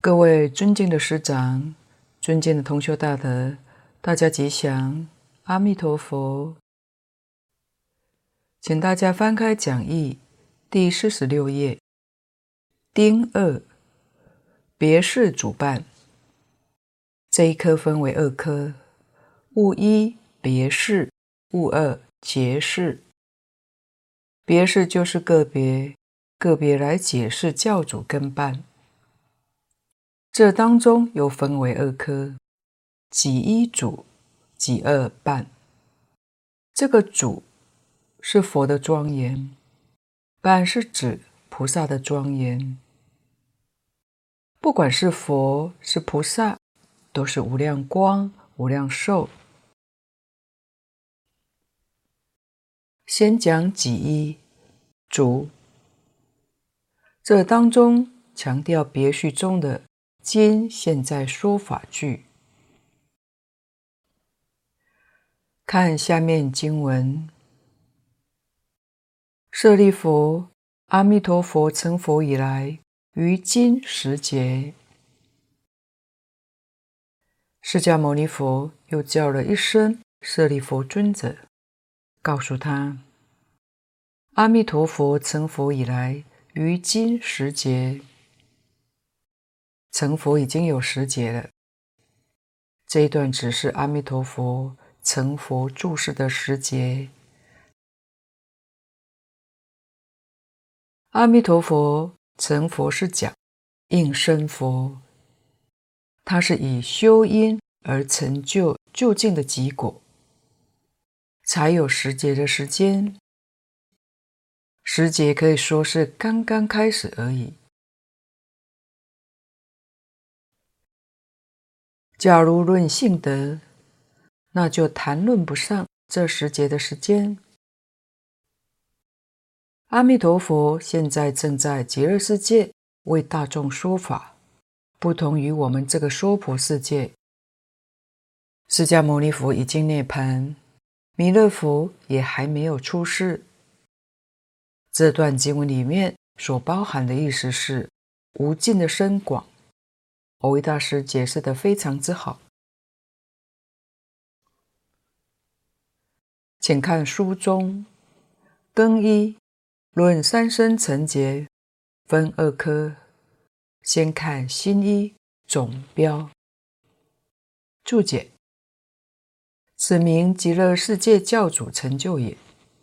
各位尊敬的师长，尊敬的同修大德，大家吉祥，阿弥陀佛。请大家翻开讲义第46页，丁2，别事主办。这一科分为2科，物1别事，物2结事。别事就是个别来解释教主跟办。这当中又分为2科，己1主，己2办。这个主是佛的庄严，办是指菩萨的庄严。不管是佛是菩萨，都是无量光无量寿。先讲己1主，这当中强调别序中的今现在说法句。看下面经文：舍利弗，阿弥陀佛成佛以来，于今时节。释迦牟尼佛又叫了一声舍利弗尊者，告诉他：阿弥陀佛成佛以来，于今时节。成佛已经有时节了。这一段只是阿弥陀佛成佛住世的时节。阿弥陀佛成佛是讲应身佛，它是以修因而成就究竟的结果，才有时节的时间。时节可以说是刚刚开始而已。假如论性德，那就谈论不上这时节的时间。阿弥陀佛现在正在极乐世界为大众说法，不同于我们这个娑婆世界。释迦牟尼佛已经涅槃，弥勒佛也还没有出世。这段经文里面所包含的意思是无尽的深广，蕅益大师解释得非常之好。请看书中庚1论三生成劫，分2科。先看心1总标。注解：此名极乐世界教主成就也。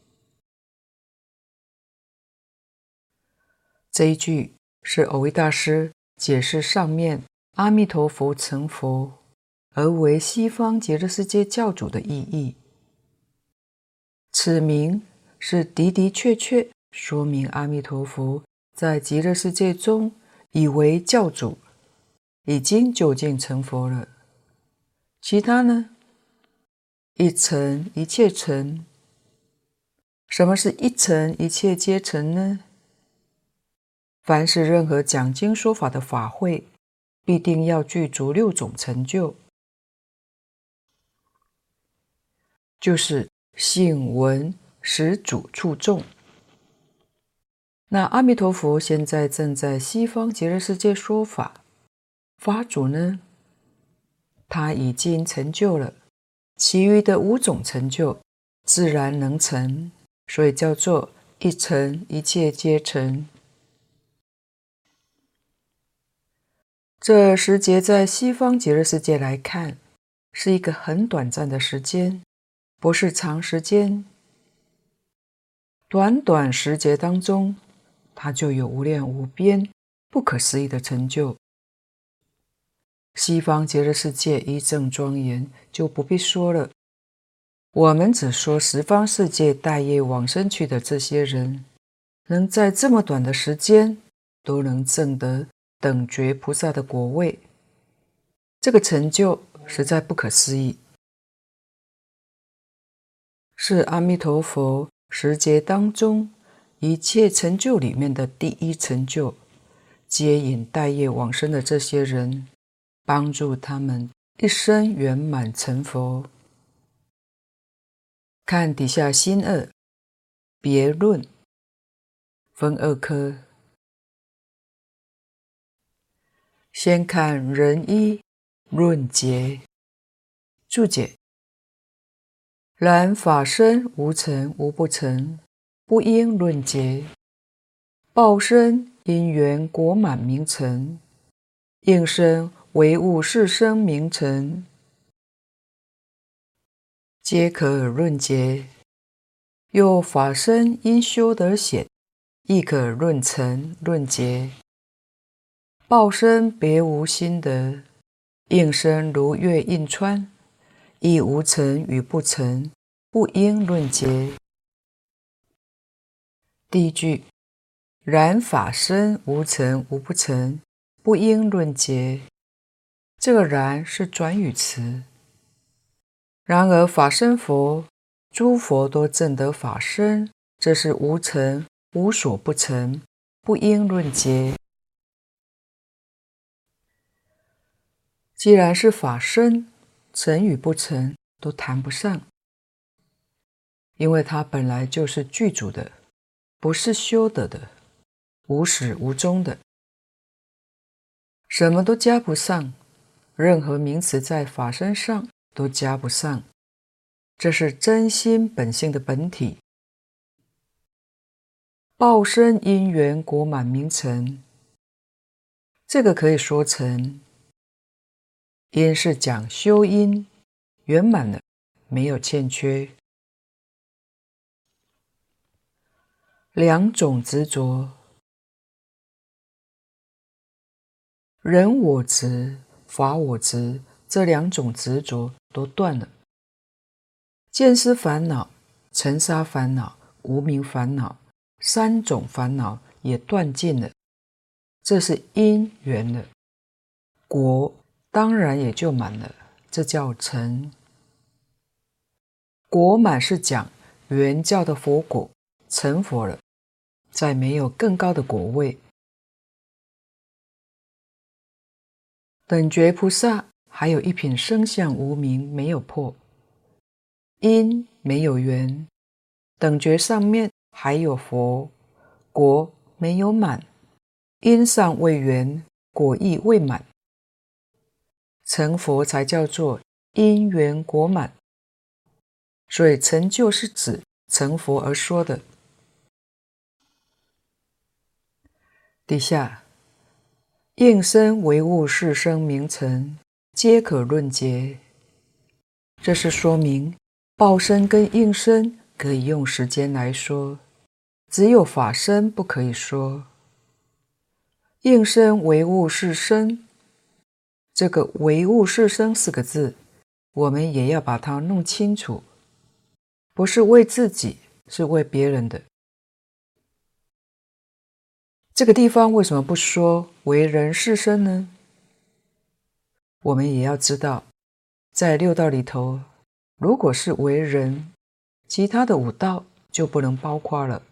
这一句是蕅益大师解释上面阿弥陀佛成佛而为西方极乐世界教主的意义。此名是的的确确说明阿弥陀佛在极乐世界中已为教主，已经究竟成佛了。其他呢？一成一切成。什么是一成一切皆成呢？凡是任何讲经说法的法会，必定要具足6种成就，就是信闻识主处众。那阿弥陀佛现在正在西方极乐世界说法，法主呢，他已经成就了，其余的5种成就自然能成，所以叫做一成一切皆成。这时节在西方极乐世界来看，是一个很短暂的时间，不是长时间。短短时节当中，它就有无量无边不可思议的成就。西方极乐世界一正庄严，就不必说了。我们只说十方世界带业往生去的这些人，能在这么短的时间都能证得等觉菩萨的果位，这个成就实在不可思议，是阿弥陀佛时节当中一切成就里面的第一成就，接引带业往生的这些人，帮助他们一生圆满成佛。看底下心2别论，分2科。 先看仁一论节注解：然法身无成无不成，不应论节。报身因缘果满名成，应身唯物是生名成，皆可论节。又法身因修得显，亦可论成论节。报身别无心得，应身如月映川，亦无成与不成，不应论节。第一句，然法身无成无不成，不应论节。这个然是转语词。然而法身佛，诸佛都证得法身，这是无成无所不成，不应论节。既然是法身，成与不成都谈不上，因为它本来就是具足的，不是修得的，无始无终的，什么都加不上，任何名词在法身上都加不上，这是真心本性的本体。报身因缘果满名成，这个可以说成因是讲修因圆满了，没有欠缺。两种执着，人我执、法我执，这两种执着都断了。见思烦恼、尘沙烦恼、无明烦恼，三种烦恼也断尽了，这是因缘了。果当然也就满了，这叫成。果满是讲原教的佛果成佛了，再没有更高的果位。等觉菩萨还有一品生相无明没有破，因没有缘，等觉上面还有佛，果没有满，因上未圆，果亦未满，成佛才叫做因缘果满。所以成就是指成佛而说的。底下应身唯物是生名成，皆可论节。这是说明报身跟应身可以用时间来说，只有法身不可以说。应身唯物是生，这个唯物是生四个字，我们也要把它弄清楚，不是为自己，是为别人的。这个地方为什么不说为人是生呢？我们也要知道，在六道里头，如果是为人，其他的五道就不能包括了。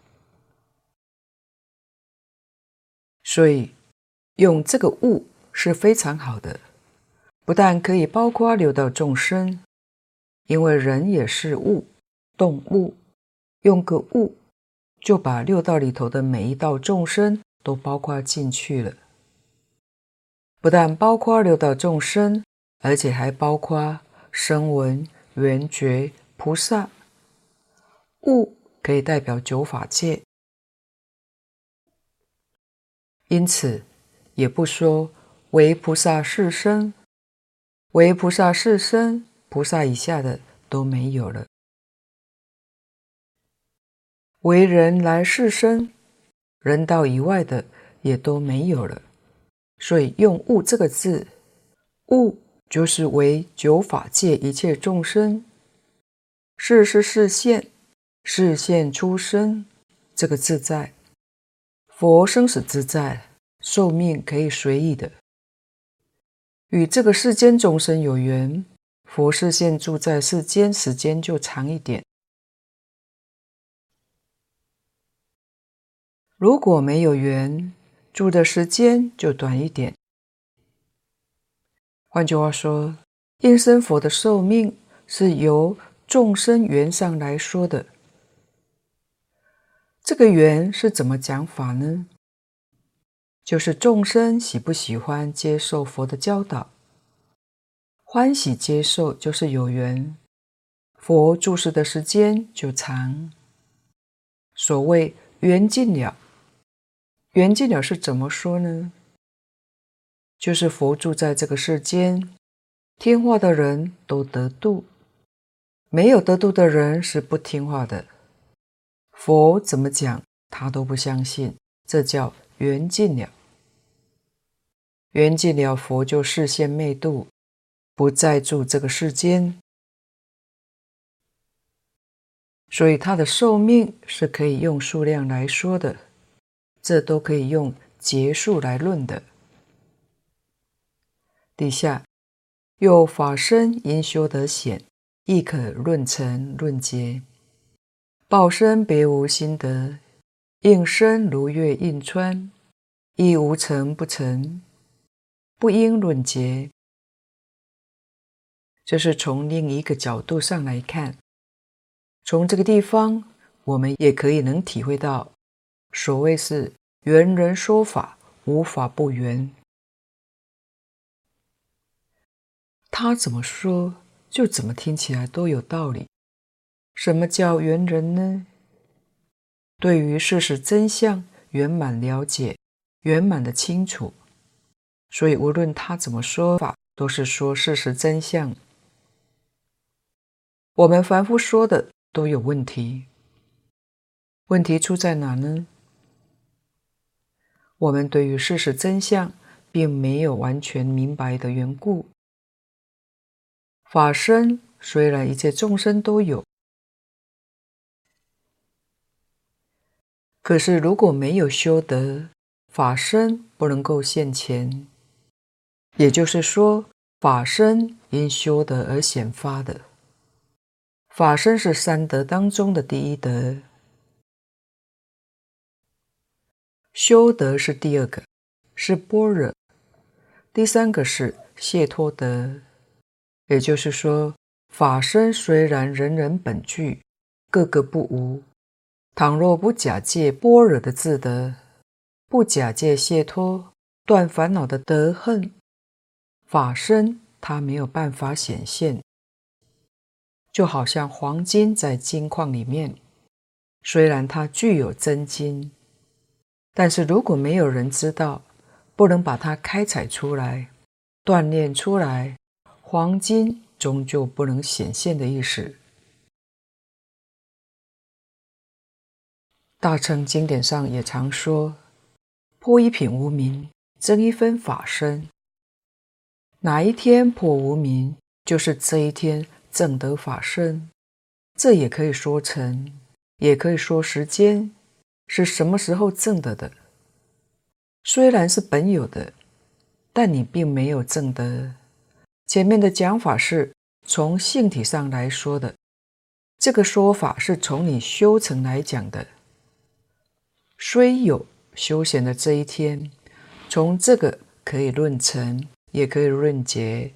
所以用这个物是非常好的，不但可以包括六道众生，因为人也是物，动物，用个物就把六道里头的每一道众生都包括进去了。不但包括六道众生，而且还包括声闻、缘觉、菩萨。物可以代表九法界，因此也不说为菩萨是生，为菩萨是生，菩萨以下的都没有了。为人来是生，人道以外的也都没有了。所以用物这个字，物就是为九法界一切众生，是视现，视现出生，这个自在。佛生死自在，寿命可以随意的，与这个世间众生有缘，佛视现住在世间，时间就长一点。如果没有缘，住的时间就短一点。换句话说，应身佛的寿命是由众生缘上来说的。这个缘是怎么讲法呢？ 就是众生喜不喜欢接受佛的教导。欢喜接受就是有缘，佛住世的时间就长。所谓缘尽了，缘尽了是怎么说呢？就是佛住在这个世间，听话的人都得度，没有得度的人是不听话的。佛怎么讲，他都不相信，这叫缘尽了。缘尽了，佛就示现灭度，不再住这个世间，所以他的寿命是可以用数量来说的，这都可以用劫数来论的。底下有法身因修得显，亦可论成论劫。报身别无心得，应身如月映穿，亦无成不成，不应论劫。这是从另一个角度上来看，从这个地方我们也可以能体会到，所谓是圆人说法，无法不圆。他怎么说，就怎么听起来都有道理。什么叫圆人呢？对于事实真相圆满了解，圆满的清楚，所以无论他怎么说法，都是说事实真相。我们凡夫说的都有问题，问题出在哪呢？我们对于事实真相并没有完全明白的缘故。法身虽然一切众生都有，可是如果没有修得，法身不能够现前。也就是说，法身因修得而显发的。法身是三德当中的第一德，修得是第二个，是般若。第三个是解脱德。也就是说，法身虽然人人本具，个个不无，倘若不假借般若的自得，不假借解脱断烦恼的德恨，法身它没有办法显现。就好像黄金在金矿里面，虽然它具有真金，但是如果没有人知道，不能把它开采出来锻炼出来，黄金终究不能显现的意思。大乘经典上也常说，破一品无明，增一分法身。哪一天破无明，就是这一天证得法身。这也可以说成，也可以说时间，是什么时候证得的。虽然是本有的，但你并没有证得。前面的讲法是从性体上来说的，这个说法是从你修成来讲的。虽有修显的这一天，从这个可以论成，也可以论结。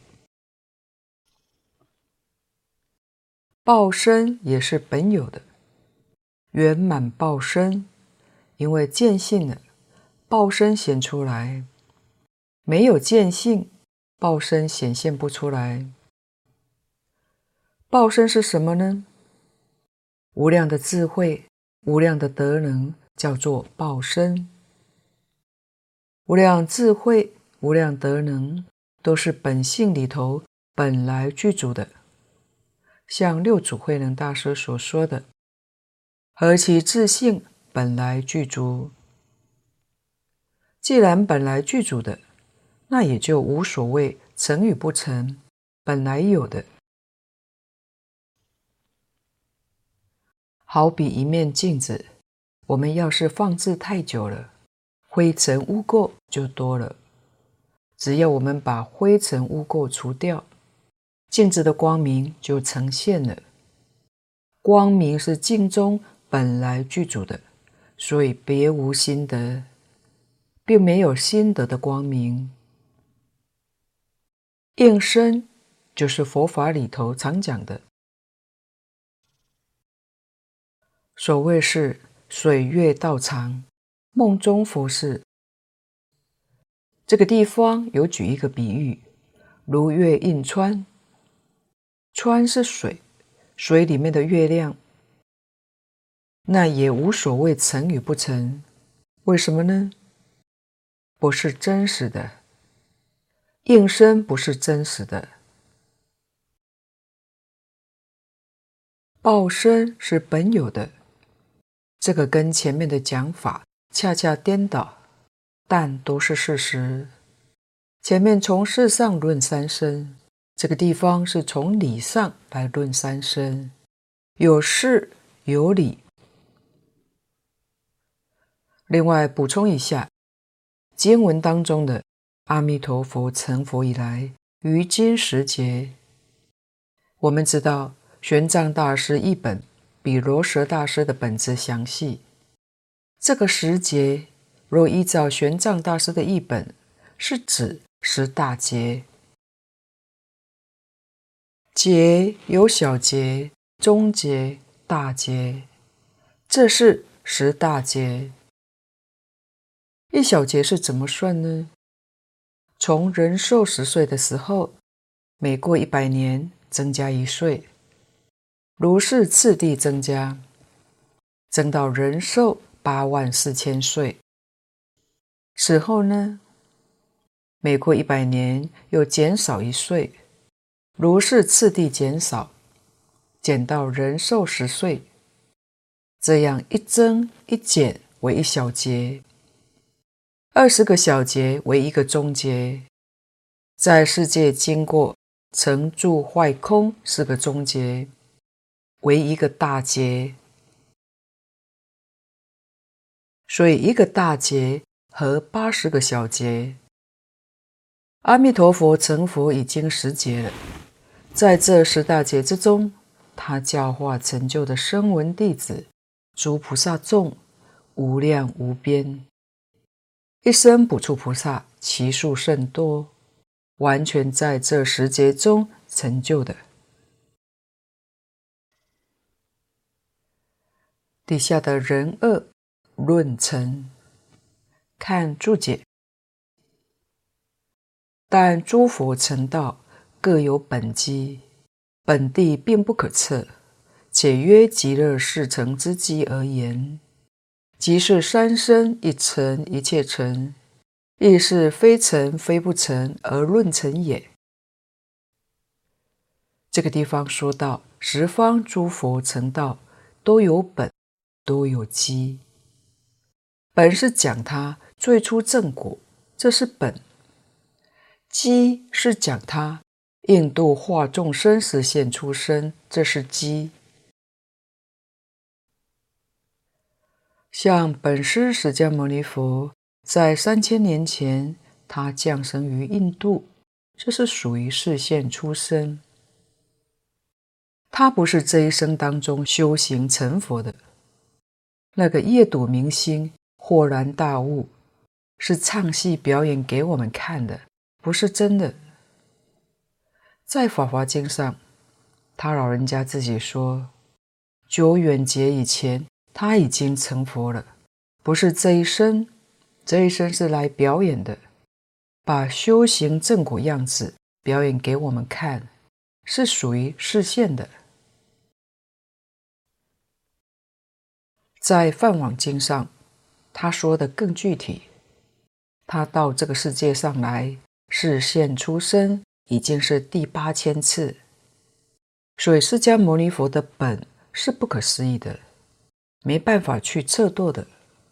报身也是本有的，圆满报身，因为见性了，报身显出来；没有见性，报身显现不出来。报身是什么呢？无量的智慧，无量的德能，叫做报身。无量智慧，无量德能，都是本性里头本来具足的。像六祖慧能大师所说的，何其自性本来具足。既然本来具足的，那也就无所谓成与不成，本来有的。好比一面镜子，我们要是放置太久了，灰尘污垢就多了。只要我们把灰尘污垢除掉，镜子的光明就呈现了。光明是镜中本来具足的，所以别无心得，并没有心得的光明。应身就是佛法里头常讲的，所谓是水月道场，梦中佛事。 这个地方有举一个比喻，如月映川，川是水，水里面的月亮，那也无所谓成与不成。为什么呢？不是真实的，应身不是真实的，报身是本有的。这个跟前面的讲法恰恰颠倒，但都是事实。前面从事上论三身，这个地方是从理上来论三身，有事有理。另外补充一下，经文当中的阿弥陀佛成佛以来于今10劫，我们知道玄奘大师译本比罗什大师的本子详细。这个10劫若依照玄奘大师的译本，是指10大劫。劫有小劫、中劫、大劫，这是10大劫。一小劫是怎么算呢？从人寿10岁的时候，每过100年增加1岁，如是次第增加，增到人寿84000岁。此后呢，每过100年又减少1岁，如是次第减少，减到人寿10岁。这样一增一减为一小劫，20个小劫为一个中劫，在世界经过成住坏空4个中劫，为一个大劫。所以一个大劫和80个小劫。阿弥陀佛成佛已经10劫了，在这10大劫之中，他教化成就的声闻弟子诸菩萨众无量无边，一生补处菩萨其数甚多，完全在这10劫中成就的。底下的人恶论成，看注解。但诸佛成道各有本机，本地并不可测，且约极乐世成之机而言，即是三身一成一切成，亦是非成非不成而论成也。这个地方说到十方诸佛成道都有本，都有机。本是讲他最初正果，这是本。机是讲他应度化众生实现出生，这是机。像本师释迦牟尼佛在3000年前，他降生于印度，这是属于示现出生。他不是这一生当中修行成佛的，那个夜睹明星豁然大悟，是唱戏表演给我们看的，不是真的。在《法华经》上，他老人家自己说，久远劫以前他已经成佛了，不是这一生，这一生是来表演的，把修行正果样子表演给我们看，是属于示现的。在《梵网经》上，他说的更具体，他到这个世界上来示现出生已经是第8000次，所以释迦牟尼佛的本是不可思议的，没办法去测度的。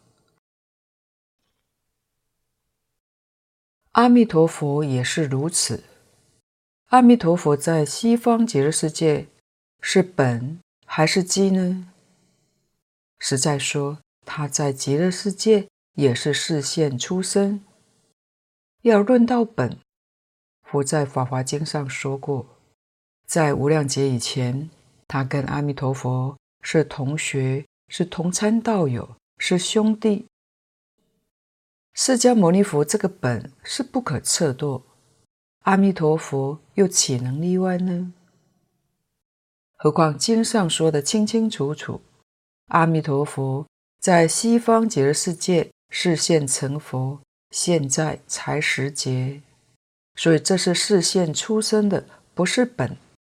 阿弥陀佛也是如此。阿弥陀佛在西方极乐世界是本还是机呢？实在说，他在极乐世界也是示现出生。要论到本，佛在《法华经》上说过，在无量劫以前，他跟阿弥陀佛是同学，是同参道友，是兄弟。释迦牟尼佛这个本是不可测度，阿弥陀佛又岂能例外呢？何况经上说的清清楚楚，阿弥陀佛在西方极乐世界示现成佛， 现在才时节，所以这是示现出生的，不是本。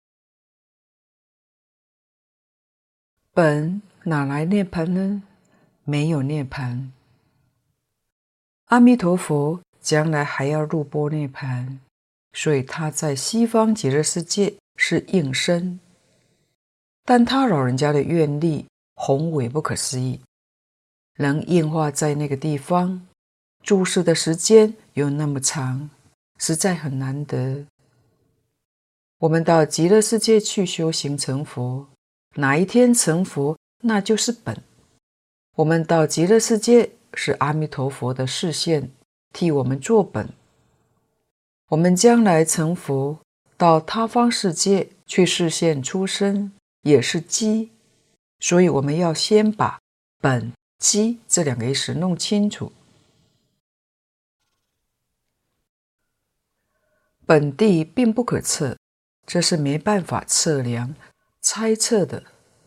本哪来涅槃呢？没有涅槃。阿弥陀佛将来还要入般涅槃，所以他在西方极乐世界是应身，但他老人家的愿力宏伟不可思议，能应化在那个地方，住世的时间又那么长，实在很难得。我们到极乐世界去修行成佛，哪一天成佛，那就是本。我们到极乐世界是阿弥陀佛的示现，替我们做本。我们将来成佛，到他方世界去示现出生，也是基。所以我们要先把本、基这两个意思弄清楚。本地并不可测，这是没办法测量、猜测的。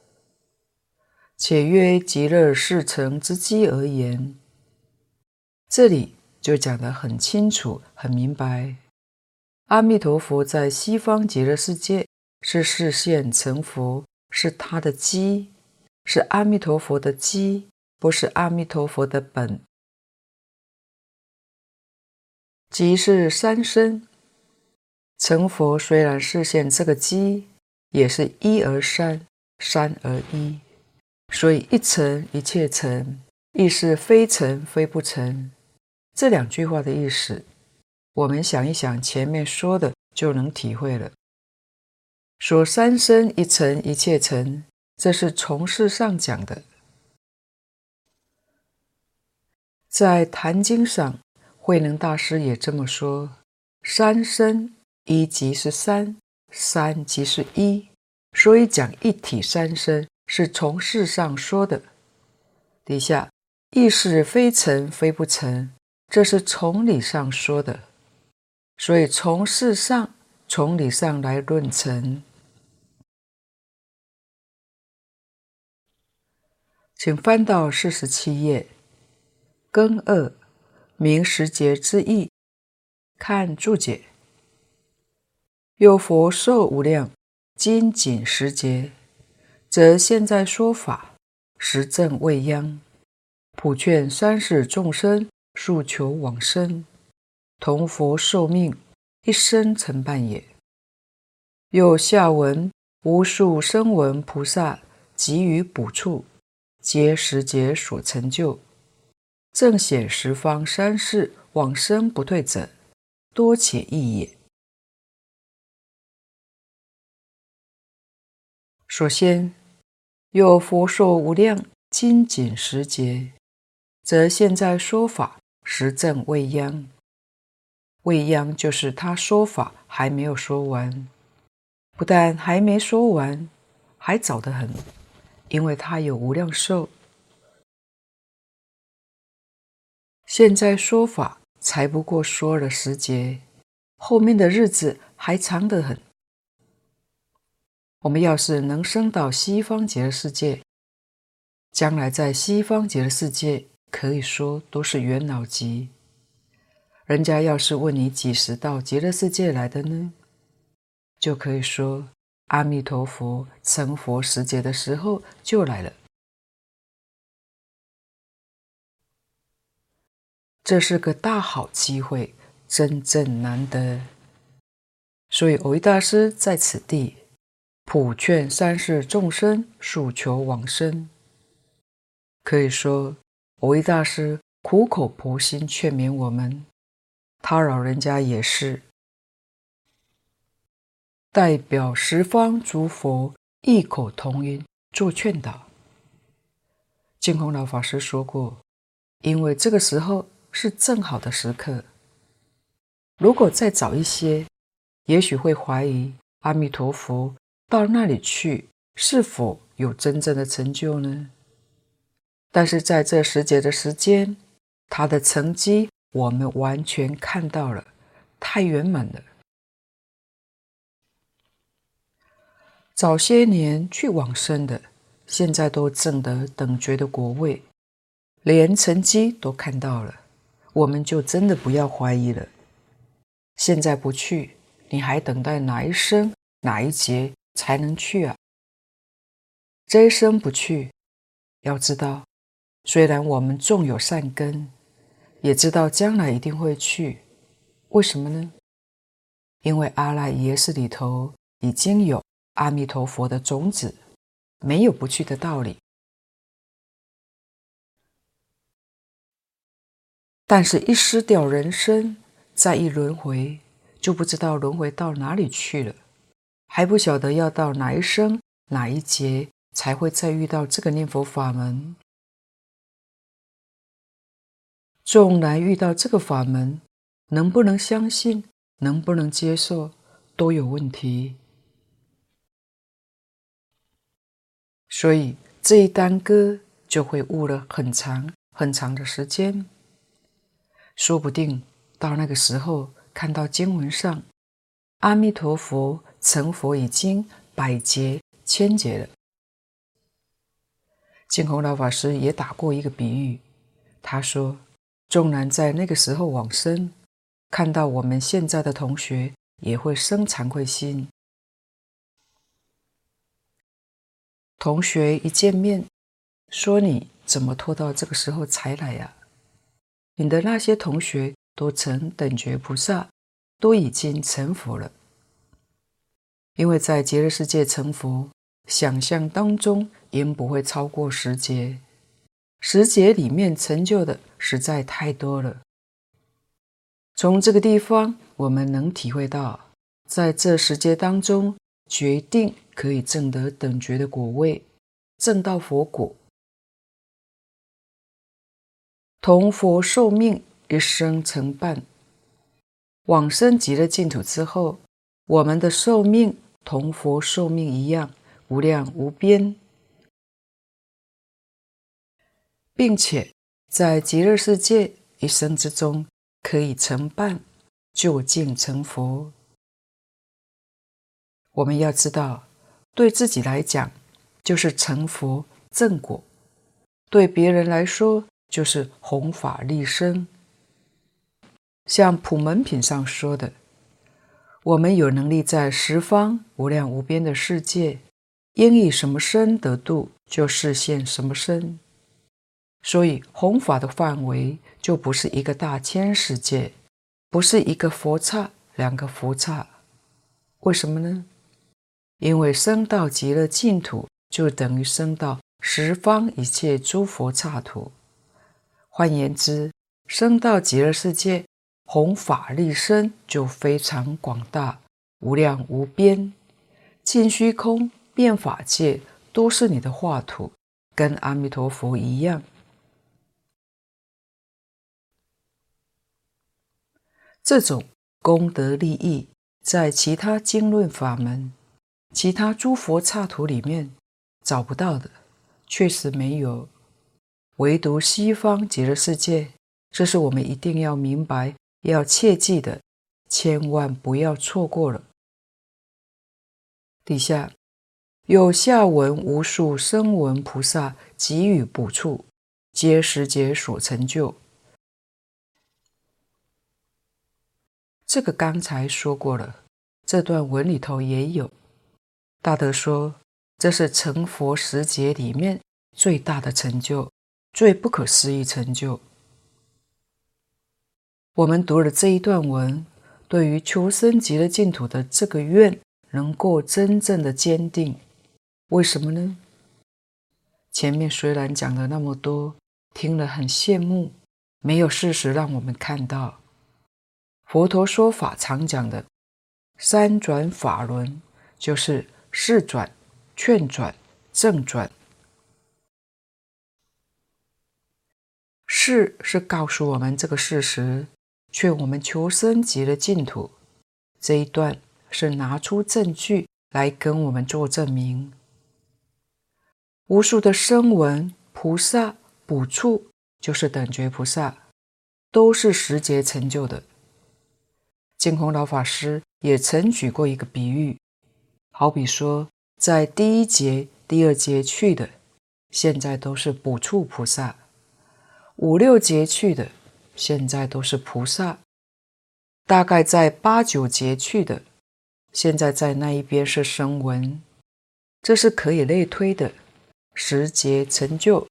且曰极乐世成之机而言，这里就讲得很清楚、很明白。阿弥陀佛在西方极乐世界是示现成佛，是他的机，是阿弥陀佛的机，不是阿弥陀佛的本。即是三身，成佛虽然示现这个机，也是一而三，三而一。所以一成一切成，亦是非成非不成。这两句话的意思，我们想一想前面说的就能体会了。说三身一成一切成，这是从事上讲的。在《坛经》上，慧能大师也这么说：三身一即是三，三即是一，所以讲一体三身是从事上说的。底下亦是非成非不成，这是从理上说的。所以从事上、从理上来论成。请翻到47页，庚二明时节之意，看注解。有佛寿无量，今仅时节，则现在说法，实证未央，普劝三世众生诉求往生，同佛寿命，一生成办也。又下文无数声闻菩萨给予补处，皆时节所成就，正显十方三世往生不退者，多且异也。首先，有佛寿无量，今仅时节，则现在说法，实证未央。未央就是他说法还没有说完，不但还没说完，还早得很，因为他有无量寿。现在说法才不过说了10节，后面的日子还长得很。我们要是能升到西方极乐世界，将来在西方极乐世界可以说都是元老级。人家要是问你几时到极乐世界来的呢，就可以说阿弥陀佛成佛时节的时候就来了。这是个大好机会，真正难得。所以藕益大师在此地普劝三世众生诉求往生。可以说藕益大师苦口婆心劝勉我们，他老人家也是代表十方诸佛异口同音做劝导。净空老法师说过，因为这个时候是正好的时刻，如果再早一些，也许会怀疑阿弥陀佛到那里去是否有真正的成就呢？但是在这10节的时间，他的成绩我们完全看到了，太圆满了。早些年去往生的，现在都证得等觉的果位，连成绩都看到了， 我们就真的不要怀疑了。现在不去，你还等待哪一生哪一劫才能去啊？这一生不去，要知道，虽然我们种有善根，也知道将来一定会去。为什么呢？因为阿赖耶识里头已经有阿弥陀佛的种子，没有不去的道理。但是一失掉人生，再一轮回，就不知道轮回到哪里去了，还不晓得要到哪一生哪一劫才会再遇到这个念佛法门。纵然遇到这个法门，能不能相信，能不能接受，都有问题。所以这一耽搁，就会误了很长很长的时间。说不定到那个时候，看到经文上阿弥陀佛成佛已经100劫1000劫了。净空老法师也打过一个比喻，他说纵然在那个时候往生，看到我们现在的同学也会生惭愧心。同学一见面说，你怎么拖到这个时候才来呀？你的那些同学都成等觉菩萨，都已经成佛了。因为在极乐世界成佛，想象当中应不会超过10劫，10劫里面成就的实在太多了。从这个地方我们能体会到，在这10劫当中，决定可以证得等觉的果位，证到佛果。同佛寿命一生成半，往生极乐净土之后，我们的寿命同佛寿命一样，无量无边，并且在极乐世界一生之中可以成半，究竟成佛。我们要知道，对自己来讲就是成佛正果，对别人来说就是弘法利生。像普门品上说的，我们有能力在十方无量无边的世界，应以什么身得度，就示现什么身。所以弘法的范围就不是一个大千世界，不是一个佛刹2个佛刹。为什么呢？因为生到极乐净土，就等于生到十方一切诸佛刹土。换言之，生到极乐世界，弘法利生就非常广大，无量无边。尽虚空遍法界都是你的画土，跟阿弥陀佛一样。这种功德利益，在其他经论法门、其他诸佛刹土里面找不到的，确实没有。唯独西方极乐世界，这是我们一定要明白、要切记的，千万不要错过了。底下有下文无数声闻菩萨给予补处，皆10劫所成就。这个刚才说过了，这段文里头也有。大德说，这是成佛10劫里面最大的成就，最不可思议成就。我们读了这一段文，对于求生极乐净土的这个愿能够真正的坚定。为什么呢？前面虽然讲了那么多，听了很羡慕，没有事实让我们看到佛陀说法常讲的3转法轮，就是示转、劝转、正转。示是告诉我们这个事实，劝我们求生极乐净土。这一段是拿出证据来跟我们做证明。无数的声闻菩萨补处，就是等觉菩萨，都是10劫成就的。净空老法师也曾举过一个比喻，好比说在第1劫、第2劫去的，现在都是补处菩萨；5、6劫去的， 现在都是菩萨，大概在8、9劫去的，现在在那一边是声闻，这是可以类推的10劫成就。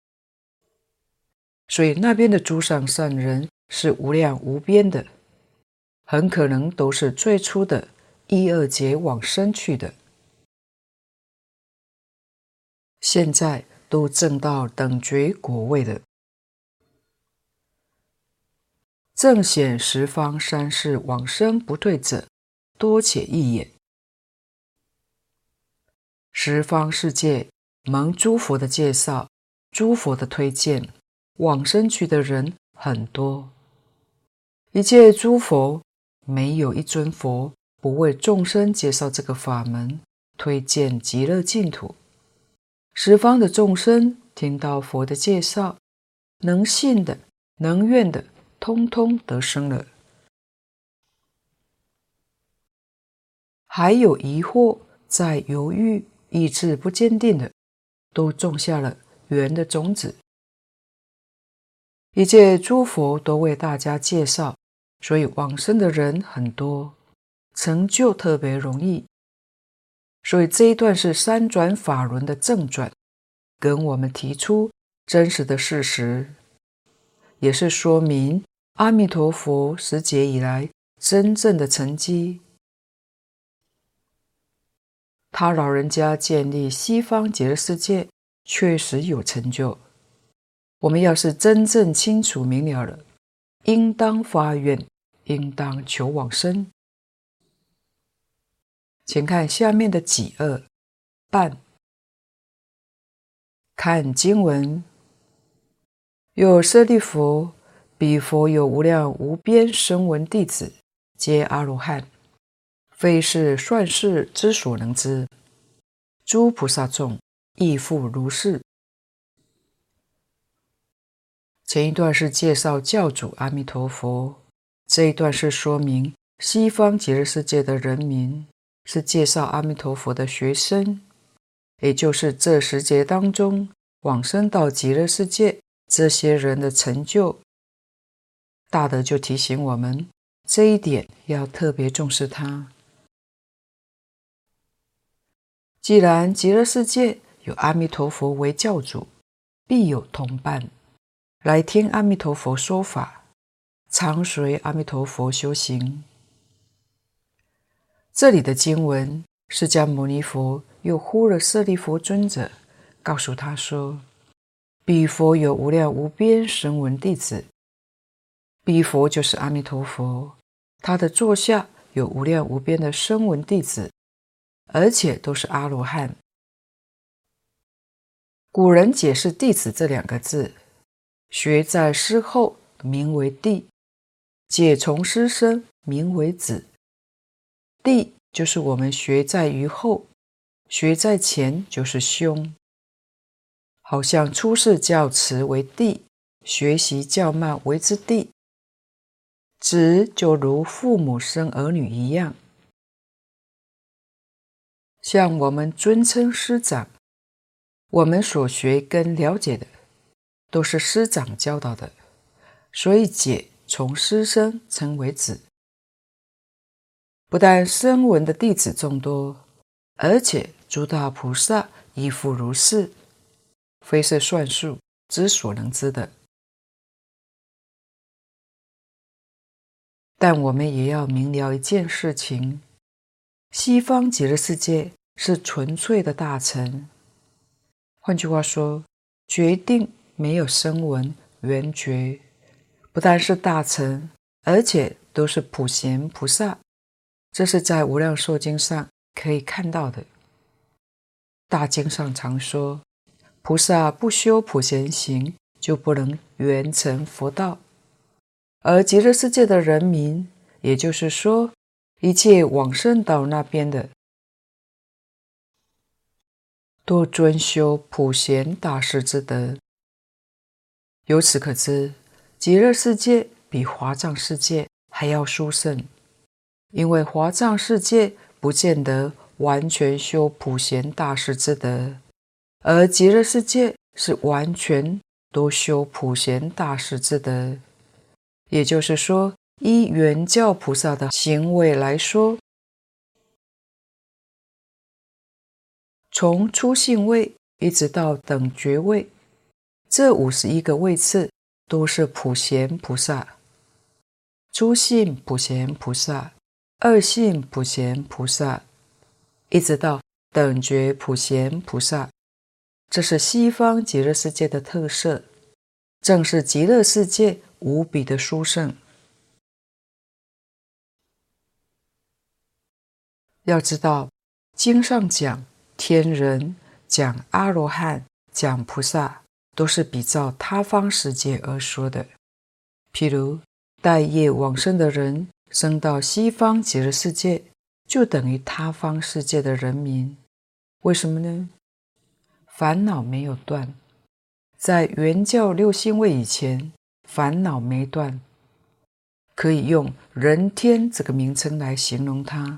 所以那边的诸上善人是无量无边的，很可能都是最初的1、2劫往生去的，现在都证到等觉果位的。正显十方三世往生不退者，多且益也。十方世界蒙诸佛的介绍，诸佛的推荐，往生去的人很多。一切诸佛没有一尊佛不为众生介绍这个法门，推荐极乐净土。十方的众生听到佛的介绍，能信的能愿的通通得生了。还有疑惑在犹豫意志不坚定的，都种下了缘的种子。一切诸佛都为大家介绍，所以往生的人很多，成就特别容易。所以这一段是三转法轮的正转，跟我们提出真实的事实，也是说明阿弥陀佛10劫以来真正的成绩。他老人家建立西方极乐世界确实有成就，我们要是真正清楚明了了，应当发愿，应当求往生。请看下面的己二半。看经文，有舍利弗，彼佛有无量无边声闻弟子，皆阿罗汉，非是算世之所能知。诸菩萨众亦复如是。前一段是介绍教主阿弥陀佛，这一段是说明西方极乐世界的人民，是介绍阿弥陀佛的学生，也就是这10劫当中往生到极乐世界这些人的成就。大德就提醒我们，这一点要特别重视它。既然极乐世界有阿弥陀佛为教主，必有同伴来听阿弥陀佛说法，常随阿弥陀佛修行。这里的经文，释迦牟尼佛又呼了舍利弗尊者，告诉他说，彼佛有无量无边声闻弟子。彼佛就是阿弥陀佛，他的座下有无量无边的声闻弟子，而且都是阿罗汉。古人解释弟子这2个字，学在师后名为弟，解从师生名为子。弟就是我们学在于后，学在前就是兄。好像出世较迟为弟，学习较慢为之弟。子就如父母生儿女一样，像我们尊称师长，我们所学跟了解的都是师长教导的，所以解从师生称为子。不但声闻的弟子众多，而且诸大菩萨亦复如是，非是算数之所能知的。但我们也要明了一件事情，西方极乐世界是纯粹的大乘，换句话说，决定没有声闻缘觉，不但是大乘，而且都是普贤菩萨。这是在无量寿经上可以看到的。大经上常说，菩萨不修普贤行，就不能圆成佛道。而极乐世界的人民，也就是说，一切往生到那边的，都遵修普贤大士之德。由此可知，极乐世界比华藏世界还要殊胜。因为华藏世界不见得完全修普贤大士之德，而极乐世界是完全都修普贤大士之德。 也就是说，依原教菩萨的行位来说，从初信位一直到等觉位，这51个位次都是普贤菩萨。初信普贤菩萨、二信普贤菩萨，一直到等觉普贤菩萨，这是西方极乐世界的特色，正是极乐世界无比的殊胜。要知道，经上讲天人、讲阿罗汉、讲菩萨，都是比照他方世界而说的。譬如待业往生的人升到西方极乐世界，就等于他方世界的人民。为什么呢？烦恼没有断，在原教六信位以前，烦恼没断，可以用人天这个名称来形容它。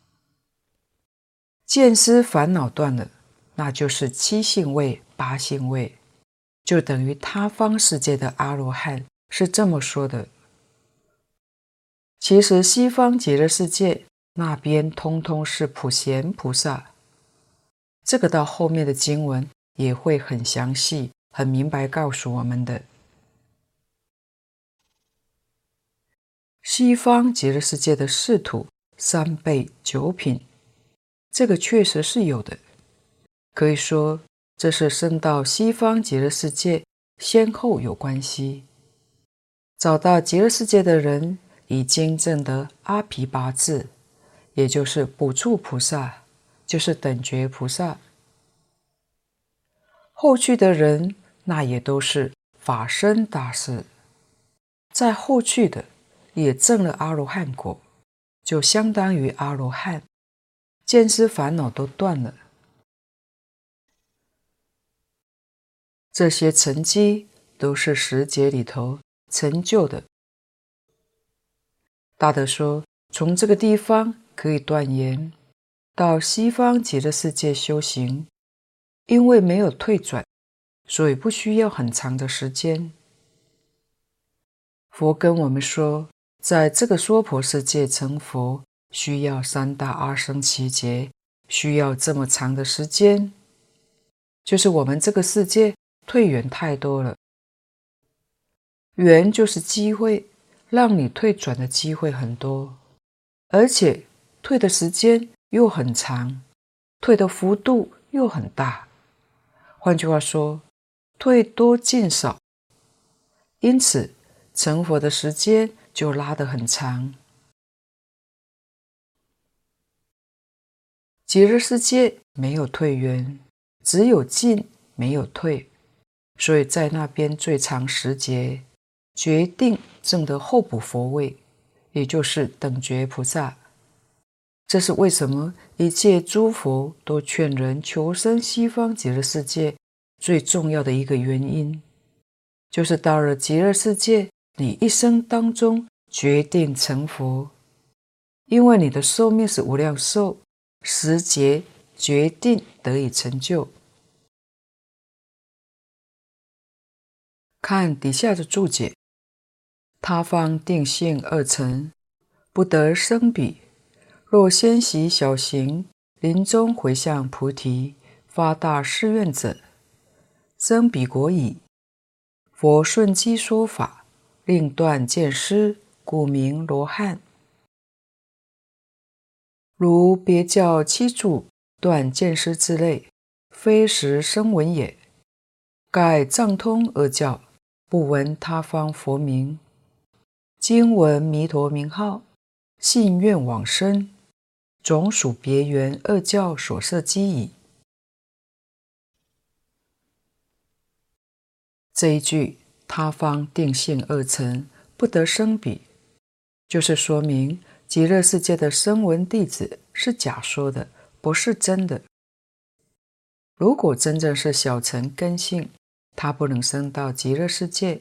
见思烦恼断了，那就是7信位、8信位，就等于他方世界的阿罗汉，是这么说的。其实西方极乐世界那边通通是普贤菩萨，这个到后面的经文也会很详细、很明白告诉我们的。西方极乐世界的世土3倍9品，这个确实是有的，可以说这是升到西方极乐世界先后有关系。找到极乐世界的人已经证得阿毗跋致，也就是补处菩萨，就是等觉菩萨。后去的人那也都是法身大士，在后去的也证了阿罗汉果，就相当于阿罗汉，见思烦恼都断了。这些成绩都是10劫里头成就的。大德说，从这个地方可以断言，到西方极乐世界修行，因为没有退转，所以不需要很长的时间。佛跟我们说，在这个娑婆世界成佛，需要3大阿僧祇劫，需要这么长的时间，就是我们这个世界退远太多了。缘就是机会，让你退转的机会很多，而且退的时间又很长，退的幅度又很大。换句话说，退多进少，因此成佛的时间就拉得很长。极乐世界没有退缘，只有进没有退，所以在那边最长10劫，决定证得候补佛位，也就是等觉菩萨。这是为什么一切诸佛都劝人求生西方极乐世界最重要的一个原因，就是到了极乐世界，你一生当中决定成佛，因为你的寿命是无量寿，10劫决定得以成就。看底下的注解，他方定性2乘，不得生彼。若先习小行，临终回向菩提，发大誓愿者，生彼国矣。佛顺机说法，令断见思，故名罗汉。如别教7住断见思之类，非实声闻也。盖藏通二教，不闻他方佛名，今闻弥陀名号，信愿往生，总属别缘2教所设机矣。这一句他方定性2乘，不得生彼，就是说明极乐世界的声闻弟子是假说的，不是真的。如果真正是小乘根性，他不能升到极乐世界。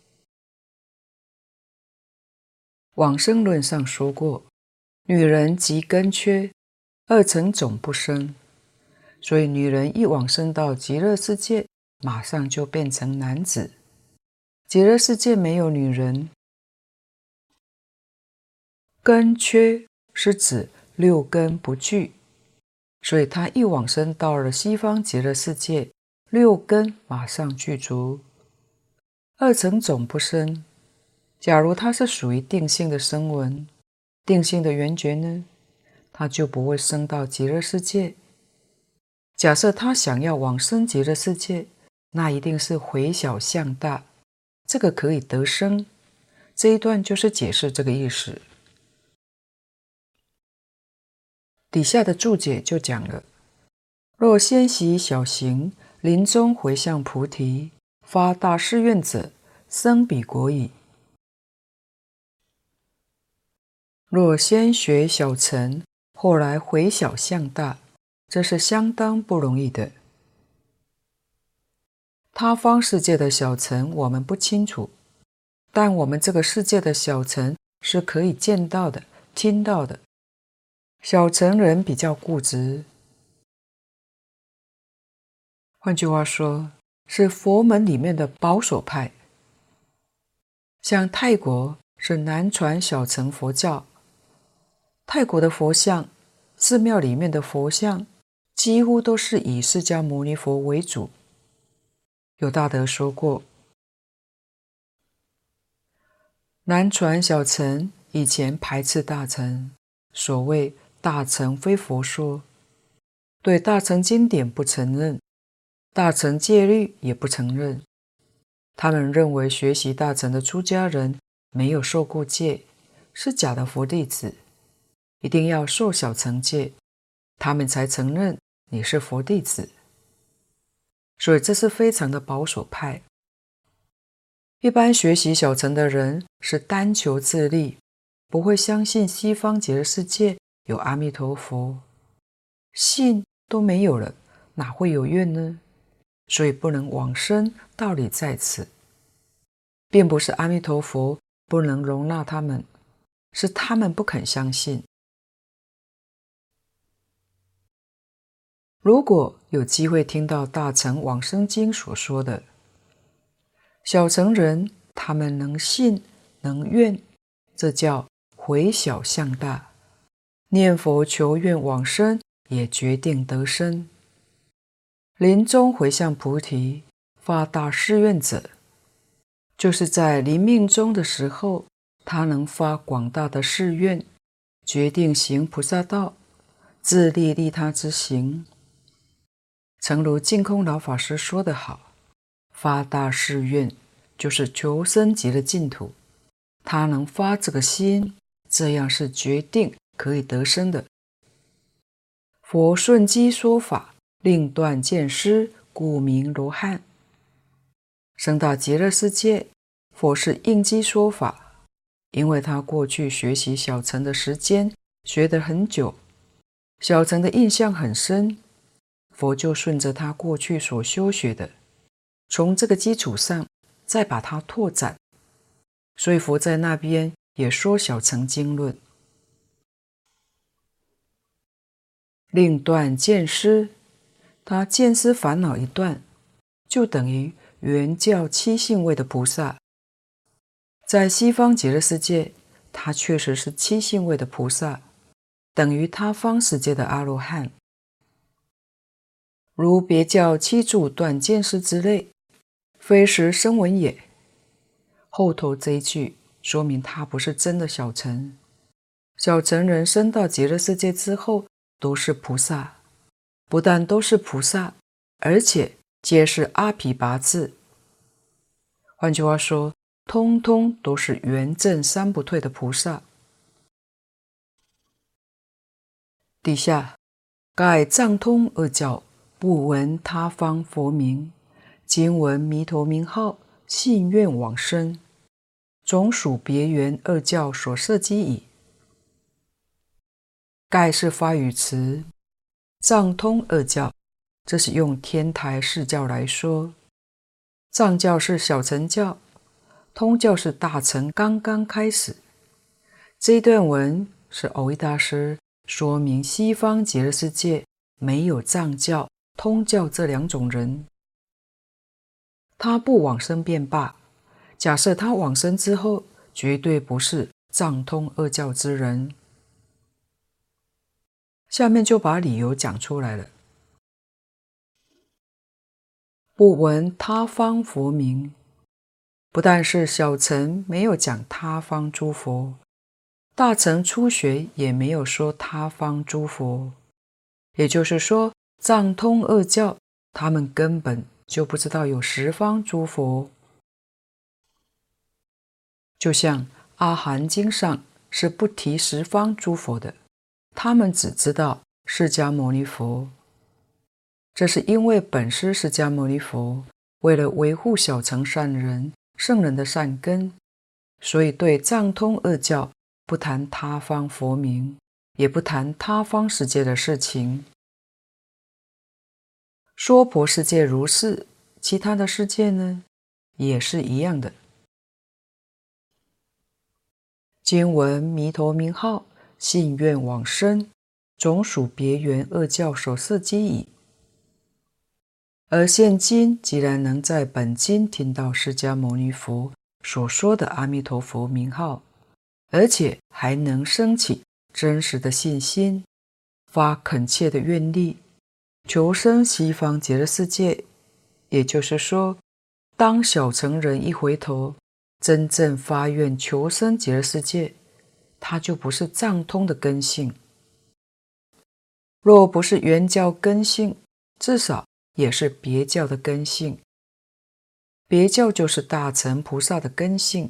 往生论上说过，女人即根缺，2乘总不生，所以女人一往生到极乐世界，马上就变成男子。极乐世界没有女人， 根缺是指六根不具，所以他一往生到了西方极乐世界，六根马上具足，二乘总不生。假如他是属于定性的声闻，定性的缘觉呢，他就不会生到极乐世界。假设他想要往生极乐世界，那一定是回小向大，这个可以得生。这一段就是解释这个意思。底下的注解就讲了：若先习小行，临终回向菩提，发大誓愿者，生彼国矣。若先学小乘，后来回小向大，这是相当不容易的。他方世界的小乘我们不清楚，但我们这个世界的小乘是可以见到的、听到的。小乘人比较固执，换句话说，是佛门里面的保守派。像泰国是南传小乘佛教，泰国的佛像，寺庙里面的佛像几乎都是以释迦牟尼佛为主。有大德说过，南传小乘以前排斥大乘，所谓大乘非佛说，对大乘经典不承认，大乘戒律也不承认。他们认为学习大乘的出家人没有受过戒，是假的佛弟子，一定要受小乘戒，他们才承认你是佛弟子。所以这是非常的保守派。一般学习小乘的人是单求自利，不会相信西方极乐世界有阿弥陀佛，信都没有了，哪会有愿呢？所以不能往生，道理在此，并不是阿弥陀佛不能容纳他们，是他们不肯相信。如果有机会听到大乘往生经所说的，小乘人他们能信能愿，这叫回小向大，念佛求愿往生也决定得生。临终回向菩提，发大誓愿者，就是在临命终的时候，他能发广大的誓愿，决定行菩萨道，自利利他之行。诚如净空老法师说得好，发大誓愿就是求生极乐净土，他能发这个心，这样是决定可以得生的。佛顺机说法，令断见思，故名罗汉。升到极乐世界，佛是应机说法，因为他过去学习小乘的时间学得很久，小乘的印象很深，佛就顺着他过去所修学的，从这个基础上再把它拓展，所以佛在那边也说小乘经论。令断见思，他见思烦恼一断，就等于原教七性位的菩萨。在西方极乐世界，他确实是七性位的菩萨，等于他方世界的阿罗汉。如别教七住断见思之类，非实声闻也。后头这一句说明他不是真的小乘。小乘人生到极乐世界之后都是菩萨，不但都是菩萨，而且皆是阿毗跋致。换句话说，通通都是圆正三不退的菩萨。底下盖藏通二教，不闻他方佛名，今闻弥陀名号，信愿往生，总属别缘二教所设机矣。盖是发语词，藏通二教，这是用天台释教来说。藏教是小乘教，通教是大乘刚刚开始。这一段文是藕益大师说明西方极乐世界没有藏教、通教这两种人。他不往生便罢，假设他往生之后，绝对不是藏通二教之人。下面就把理由讲出来了。不闻他方佛名，不但是小乘没有讲他方诸佛，大乘初学也没有说他方诸佛，也就是说藏通二教他们根本就不知道有十方诸佛。就像阿含经上是不提十方诸佛的，他们只知道释迦牟尼佛。这是因为本师释迦牟尼佛为了维护小乘善人圣人的善根，所以对藏通二教不谈他方佛名，也不谈他方世界的事情。娑婆世界如是，其他的世界呢，也是一样的。今闻弥陀名号，信愿往生，总属别缘二教所设机矣。而现今既然能在本经听到释迦牟尼佛所说的阿弥陀佛名号，而且还能升起真实的信心，发恳切的愿力，求生西方极乐世界，也就是说，当小乘人一回头，真正发愿求生极乐世界，它就不是藏通的根性。若不是原教根性，至少也是别教的根性。别教就是大乘菩萨的根性。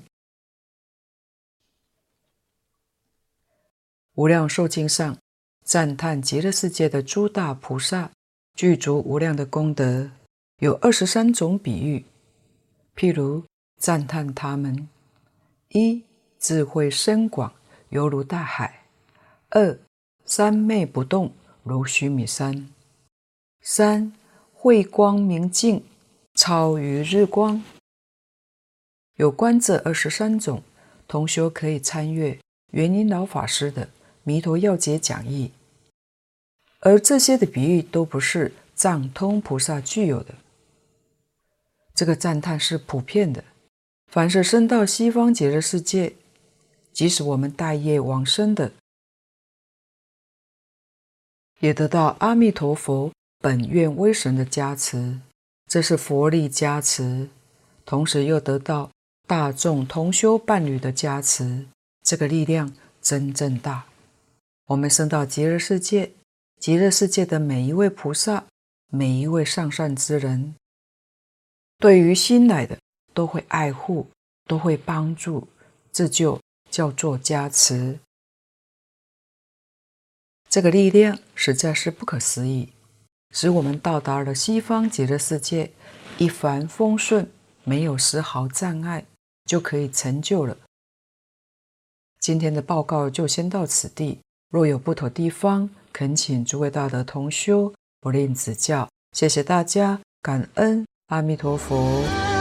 无量寿经上赞叹极乐世界的诸大菩萨具足无量的功德，有23种比喻。譬如赞叹他们：一、智慧深广，犹如大海；二、三昧不动，如须弥山；三、慧光明净，超于日光。有关这23种，同修可以参阅圆林老法师的《弥陀要解讲义》。而这些的比喻都不是藏通菩萨具有的。这个赞叹是普遍的，凡是生到西方极乐世界，即使我们带业往生的，也得到阿弥陀佛本愿威神的加持，这是佛力加持，同时又得到大众同修伴侣的加持，这个力量真正大。我们生到极乐世界，极乐世界的每一位菩萨，每一位上善之人，对于新来的都会爱护，都会帮助，这就叫做加持。这个力量实在是不可思议，使我们到达了西方极乐世界，一帆风顺，没有丝毫障碍，就可以成就了。今天的报告就先到此地，若有不妥地方，恳请诸位大德同修不吝指教。谢谢大家，感恩阿弥陀佛。